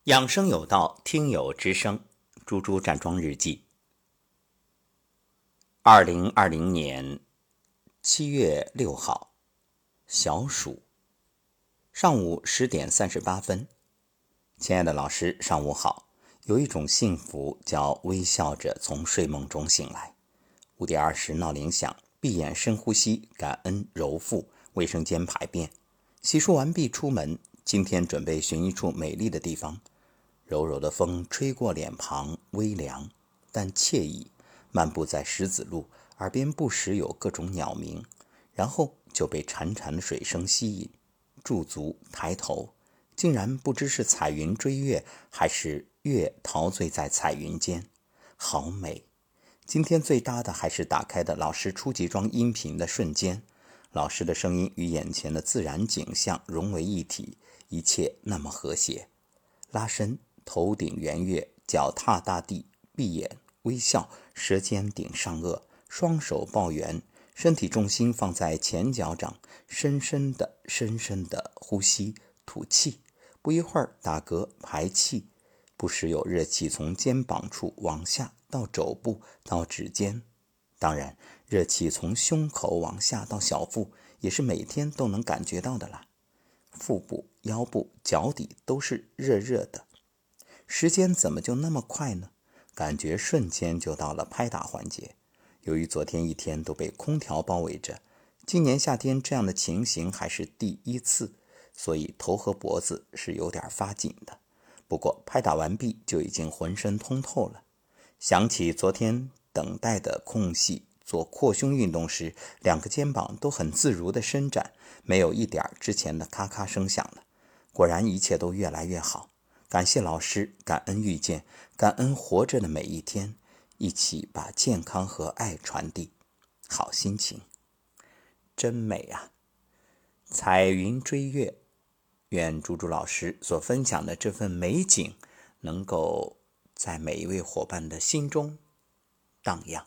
养生有道，听友之声，猪猪站桩日记。2020年7月6号，小暑，上午10点38分。亲爱的老师，上午好。有一种幸福叫微笑着从睡梦中醒来。5点20闹铃响，闭眼深呼吸，感恩揉腹，卫生间排便，洗漱完毕出门。今天准备寻一处美丽的地方。柔柔的风吹过脸庞，微凉但惬意。漫步在石子路，耳边不时有各种鸟鸣，然后就被潺潺的水声吸引。驻足抬头，竟然不知是彩云追月，还是月陶醉在彩云间，好美。今天最搭的还是打开的老师初级桩音频的瞬间，老师的声音与眼前的自然景象融为一体，一切那么和谐。拉伸，头顶圆月，脚踏大地，闭眼微笑，舌尖顶上颚，双手抱圆，身体重心放在前脚掌，深深的呼吸吐气。不一会儿打嗝排气，不时有热气从肩膀处往下到肘部到指尖。当然，热气从胸口往下到小腹也是每天都能感觉到的啦。腹部、腰部、脚底都是热热的。时间怎么就那么快呢？感觉瞬间就到了拍打环节。由于昨天一天都被空调包围着，今年夏天这样的情形还是第一次，所以头和脖子是有点发紧的。不过拍打完毕就已经浑身通透了。想起昨天等待的空隙做扩胸运动时，两个肩膀都很自如地伸展，没有一点之前的咔咔声响了。果然一切都越来越好。感谢老师，感恩遇见，感恩活着的每一天，一起把健康和爱传递。好心情，真美啊！彩云追月，愿猪猪老师所分享的这份美景能够在每一位伙伴的心中荡漾。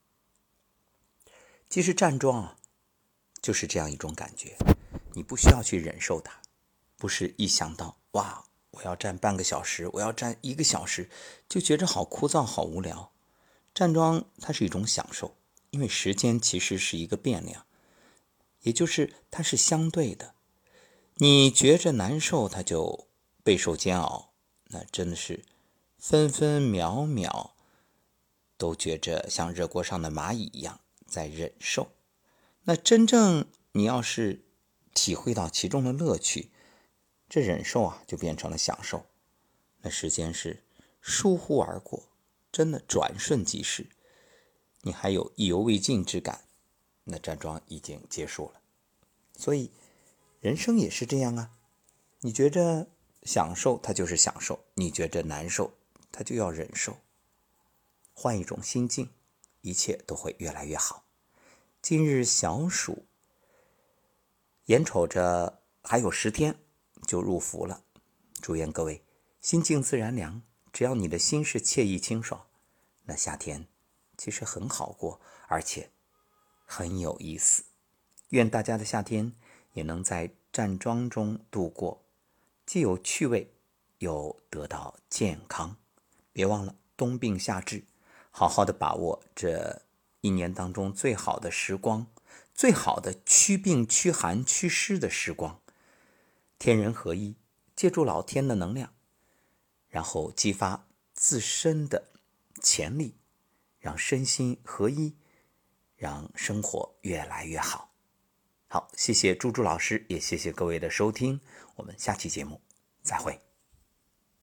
其实站桩啊，就是这样一种感觉，你不需要去忍受它，不是一想到哇，我要站半个小时，我要站1个小时，就觉着好枯燥好无聊。站桩它是一种享受，因为时间其实是一个变量，也就是它是相对的。你觉着难受，它就备受煎熬，那真的是分分秒秒都觉着像热锅上的蚂蚁一样在忍受。那真正你要是体会到其中的乐趣，这忍受啊就变成了享受。那时间是疏忽而过，真的转瞬即逝，你还有意犹未尽之感，那站桩已经结束了。所以人生也是这样啊，你觉着享受它就是享受，你觉着难受它就要忍受。换一种心境，一切都会越来越好。今日小暑，眼瞅着还有10天就入伏了，祝愿各位心静自然凉，只要你的心是惬意清爽，那夏天其实很好过，而且很有意思。愿大家的夏天也能在站桩中度过，既有趣味，又得到健康。别忘了冬病夏治，好好的把握这一年当中最好的时光，最好的驱病驱寒驱湿的时光。天人合一，借助老天的能量，然后激发自身的潜力，让身心合一，让生活越来越好。好，谢谢猪猪老师，也谢谢各位的收听，我们下期节目再会。